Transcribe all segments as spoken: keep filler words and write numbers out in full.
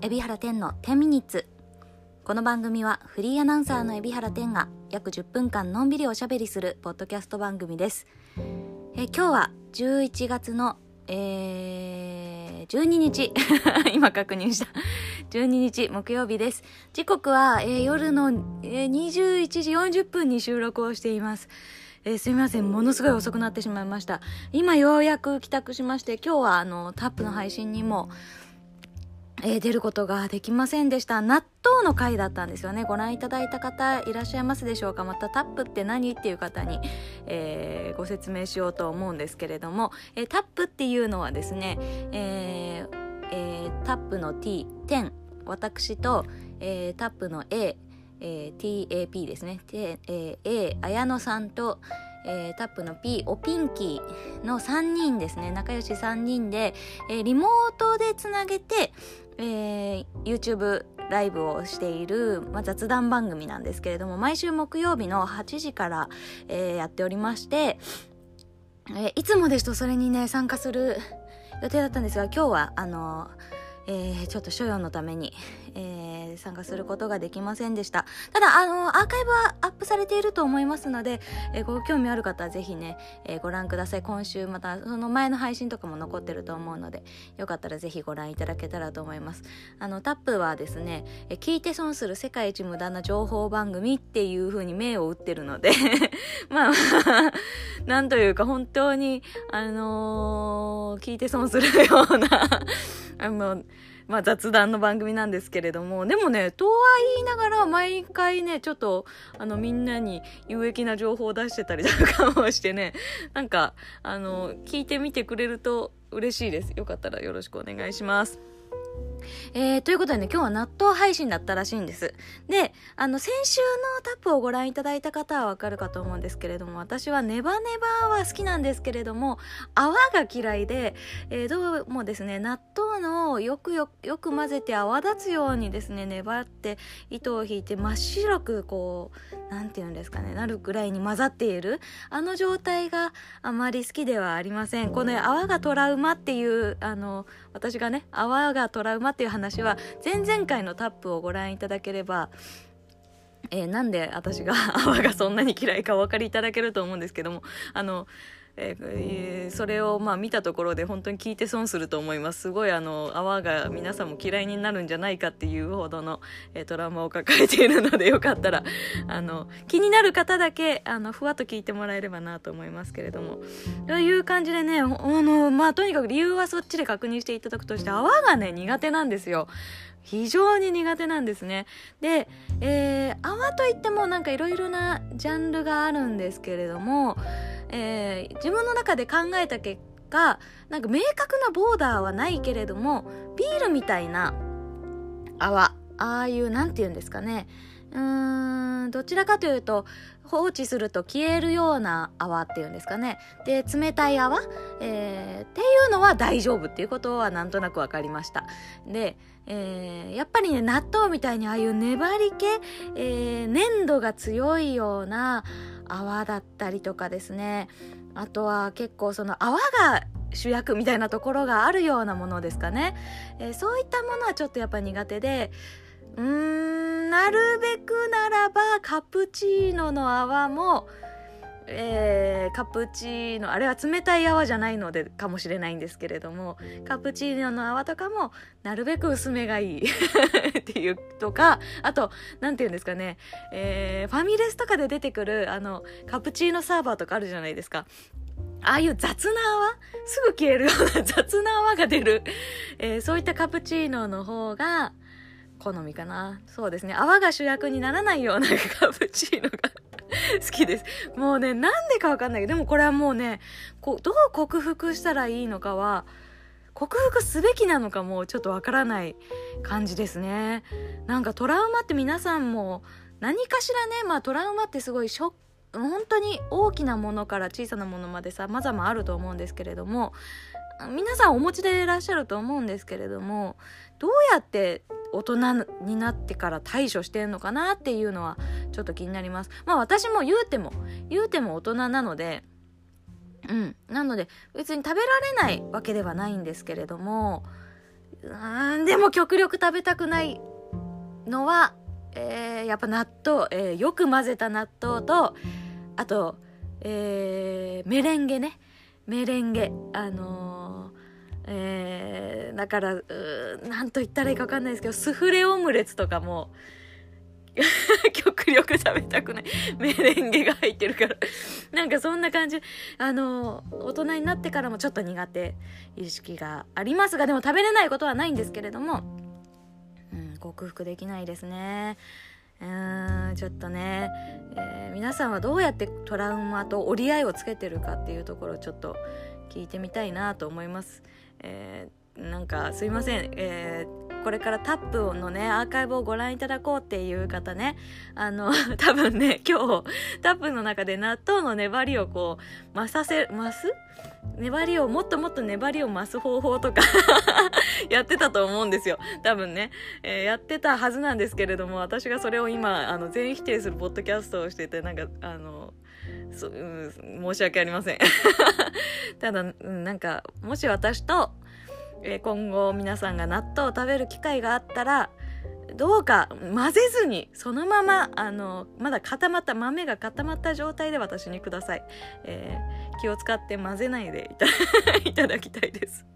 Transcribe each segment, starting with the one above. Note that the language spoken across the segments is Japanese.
海老原天のじゅうミニッツ。この番組はフリーアナウンサーの海老原天が約じゅっぷんかんのんびりおしゃべりするポッドキャスト番組です。え今日はじゅういちがつの、えー、じゅうににち今確認したじゅうににち木曜日です。時刻は、えー、夜の、えー、にじゅういちじよんじゅっぷんに収録をしています。えー、すみません、ものすごい遅くなってしまいました。今ようやく帰宅しまして、今日はあのタップの配信にもえー、出ることができませんでした。納豆の回だったんですよね。ご覧いただいた方いらっしゃいますでしょうか。またタップって何っていう方に、えー、ご説明しようと思うんですけれども、えー、タップっていうのはですね、えーえー、タップの T、じゅう、私と、えー、タップの A、えー、ティーエーピー ですね。えー、A、綾野さんとえー、タップの P、おピンキーのさんにんですね。仲良しさんにんで、えー、リモートでつなげて、えー、YouTube ライブをしている、まあ、雑談番組なんですけれども、毎週木曜日のはちじから、えー、やっておりまして、えー、いつもですとそれにね参加する予定だったんですが、今日はあのえー、ちょっと所用のために、えー、参加することができませんでした。ただあのアーカイブはアップされていると思いますので、えー、ご興味ある方はぜひね、えー、ご覧ください。今週またその前の配信とかも残ってると思うので、よかったらぜひご覧いただけたらと思います。あのタップはですね、えー、聞いて損する世界一無駄な情報番組っていう風に銘を打ってるのでまあなんというか本当にあのー、聞いて損するようなあのまあ、雑談の番組なんですけれども、でもねとは言いながら毎回ねちょっとあのみんなに有益な情報を出してたりとかもしてね、なんかあの聞いてみてくれると嬉しいです。よかったらよろしくお願いします。えー、ということでね、今日は納豆配信だったらしいんです。で、あの先週のタップをご覧いただいた方はわかるかと思うんですけれども、私はネバネバは好きなんですけれども泡が嫌いで、えー、どうもですね納豆のよくよくよく混ぜて泡立つようにですね粘って糸を引いて真っ白くこうなんていうんですかねなるぐらいに混ざっているあの状態があまり好きではありません。この、ね、泡がトラウマっていうあの私がね泡がトラウマっていう話は前々回のタップをご覧いただければ、えー、なんで私が泡がそんなに嫌いかお分かりいただけると思うんですけども、あのえー、それをまあ見たところで本当に聞いて損すると思います。すごいあの泡が皆さんも嫌いになるんじゃないかっていうほどの、えー、トラウマを抱えているので、よかったらあの気になる方だけあのふわっと聞いてもらえればなと思いますけれども、という感じでね、あのまあとにかく理由はそっちで確認していただくとして、泡がね苦手なんですよ。非常に苦手なんですね。で、えー、泡といってもなんかいろいろなジャンルがあるんですけれども、えー、自分の中で考えた結果、なんか明確なボーダーはないけれども、ビールみたいな泡、ああいうなんていうんですかね、うーんどちらかというと放置すると消えるような泡っていうんですかね。で冷たい泡、えー、っていうのは大丈夫っていうことはなんとなく分かりました。で、えー、やっぱりね納豆みたいにああいう粘り気、えー、粘度が強いような泡だったりとかですね、あとは結構その泡が主役みたいなところがあるようなものですかね、えー、そういったものはちょっとやっぱ苦手で、うーんなるべくならばカプチーノの泡も、えー、カプチーノあれは冷たい泡じゃないのでかもしれないんですけれども、カプチーノの泡とかもなるべく薄めがいいっていうとか、あとなんていうんですかね、えー、ファミレスとかで出てくるあのカプチーノサーバーとかあるじゃないですか。ああいう雑な泡、すぐ消えるような雑な泡が出る、えー、そういったカプチーノの方が好みかな。そうですね、泡が主役にならないようなカプチーノが好きです。もうねなんでかわかんないけど、でもこれはもうねこうどう克服したらいいのかは、克服すべきなのかもちょっとわからない感じですね。なんかトラウマって皆さんも何かしらね、まあトラウマってすごいショック、本当に大きなものから小さなものまで様々あると思うんですけれども、皆さんお持ちでいらっしゃると思うんですけれども、どうやって大人になってから対処してんのかなっていうのはちょっと気になります。まあ私も言うても言うても大人なので、うんなので別に食べられないわけではないんですけれども、 うーんでも極力食べたくないのは、えー、やっぱ納豆、えー、よく混ぜた納豆と、あと、えー、メレンゲねメレンゲあのーえー、だからうーなんと言ったらいいか分かんないですけど、スフレオムレツとかも極力食べたくないメレンゲが入ってるからなんかそんな感じ。あの大人になってからもちょっと苦手意識がありますが、でも食べれないことはないんですけれども、うん、克服できないですね。うーんちょっとね、えー、皆さんはどうやってトラウマと折り合いをつけてるかっていうところをちょっと聞いてみたいなと思います。えー、なんかすいません、えーこれからタップのねアーカイブをご覧いただこうっていう方ね、あの多分ね今日タップの中で納豆の粘りをこう増させ増す粘りをもっともっと粘りを増す方法とかやってたと思うんですよ多分ね、えー、やってたはずなんですけれども、私がそれを今あの全否定するポッドキャストをしてて、なんかあのそ、うん、申し訳ありませんただ、うん、なんかもし私と今後皆さんが納豆を食べる機会があったら、どうか混ぜずにそのままあのまだ固まった豆が固まった状態で私にください、えー、気を使って混ぜないでい た, いただきたいです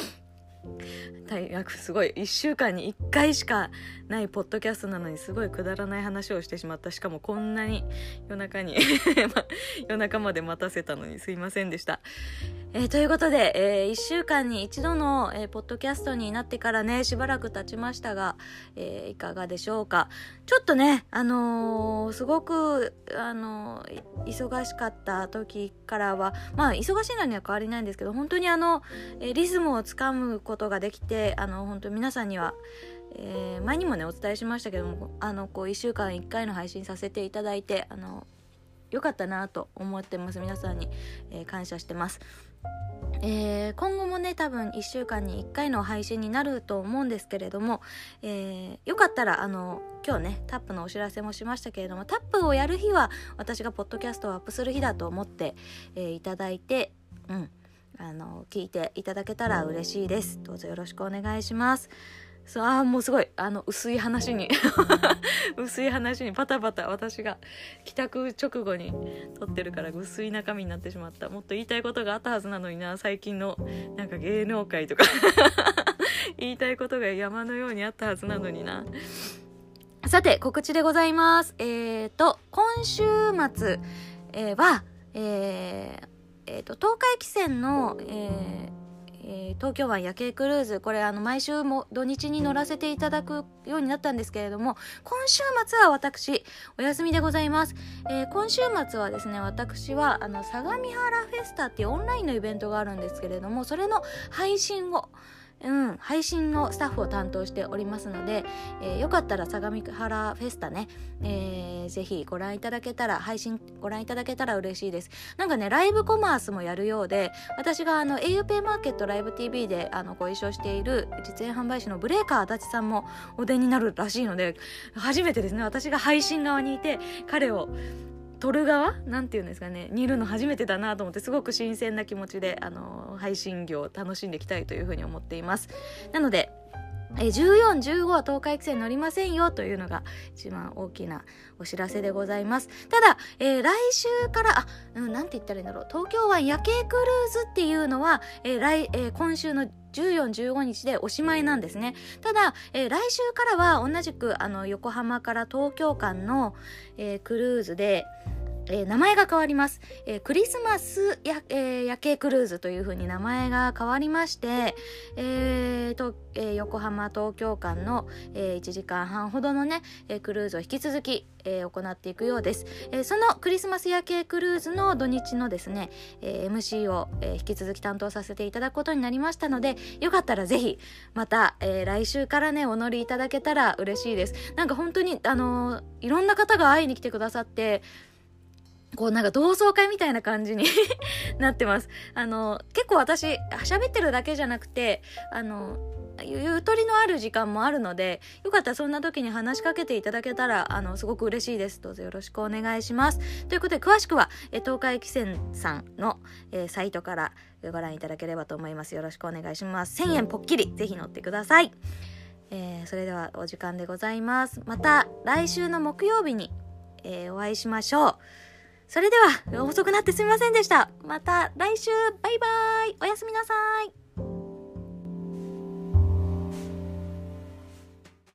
すごいいっしゅうかんにいっかいしかないポッドキャストなのにすごいくだらない話をしてしまった。しかもこんなに夜中に夜中まで待たせたのにすいませんでした。えー、ということで、えー、いっしゅうかんに一度の、えー、ポッドキャストになってからねしばらく経ちましたが、えー、いかがでしょうか。ちょっとねあのー、すごくあのー、忙しかった時からはまあ忙しいのには変わりないんですけど、本当にあの、えー、リズムをつかむことができて、あの本当に皆さんにはえー、前にもねお伝えしましたけども、あのこういっしゅうかんいっかいの配信させていただいて、あのよかったなと思ってます。皆さんに、えー、感謝してます。えー、今後もね多分いっしゅうかんにいっかいの配信になると思うんですけれども、えー、よかったらあの今日ねタップのお知らせもしましたけれども、タップをやる日は私がポッドキャストをアップする日だと思って、えー、いただいて、うんあの聞いていただけたら嬉しいです。どうぞよろしくお願いします。そうあもうすごいあの薄い話に薄い話にパタパタ私が帰宅直後に撮ってるから薄い中身になってしまった。もっと言いたいことがあったはずなのにな。最近のなんか芸能界とか言いたいことが山のようにあったはずなのにな。さて告知でございます。えーと今週末、えー、は、えーえーと東海汽船の、えーえー、東京湾夜景クルーズ、これあの毎週も土日に乗らせていただくようになったんですけれども、今週末は私お休みでございます。えー、今週末はですね私はあの相模原フェスタっていうオンラインのイベントがあるんですけれども、それの配信をうん、配信のスタッフを担当しておりますので、えー、よかったら相模原フェスタね、えー、ぜひご覧いただけたら配信ご覧いただけたら嬉しいです。なんかねライブコマースもやるようで、私があの auPay マーケットライブ ティーブイ であのご一緒している実演販売士のブレーカー足立さんもお出になるらしいので、初めてですね私が配信側にいて彼を撮る側なんていうんですかねにいるの初めてだなと思って、すごく新鮮な気持ちであの配信業を楽しんでいきたいというふうに思っています。なのでじゅうよん、じゅうごは東海汽船乗りませんよというのが一番大きなお知らせでございます。ただ、えー、来週からあ、うん、なんて言ったらいいんだろう、東京湾夜景クルーズっていうのは、えー来えー、今週のじゅうよん、じゅうごにちでおしまいなんですね。ただ、えー、来週からは同じくあの横浜から東京間の、えー、クルーズでえー、名前が変わります。えー、クリスマスや、えー、夜景クルーズという風に名前が変わりまして、えーとえー、横浜東京間の、えー、いちじかんはんほどのね、えー、クルーズを引き続き、えー、行っていくようです。えー、そのクリスマス夜景クルーズの土日のですね、えー、エムシー を、えー、引き続き担当させていただくことになりましたので、よかったらぜひまた、えー、来週からねお乗りいただけたら嬉しいです。なんか本当にあのー、いろんな方が会いに来てくださって、 こうなんか同窓会みたいな感じになってます。あの、結構私、喋ってるだけじゃなくて、あの、ゆとりのある時間もあるので、よかったらそんな時に話しかけていただけたら、あの、すごく嬉しいです。どうぞよろしくお願いします。ということで、詳しくは、え東海汽船さんの、えー、サイトからご覧いただければと思います。よろしくお願いします。せんえんぽっきり、ぜひ乗ってください。えー、それではお時間でございます。また来週の木曜日に、えー、お会いしましょう。それでは遅くなってすみませんでした。また来週、バイバーイ。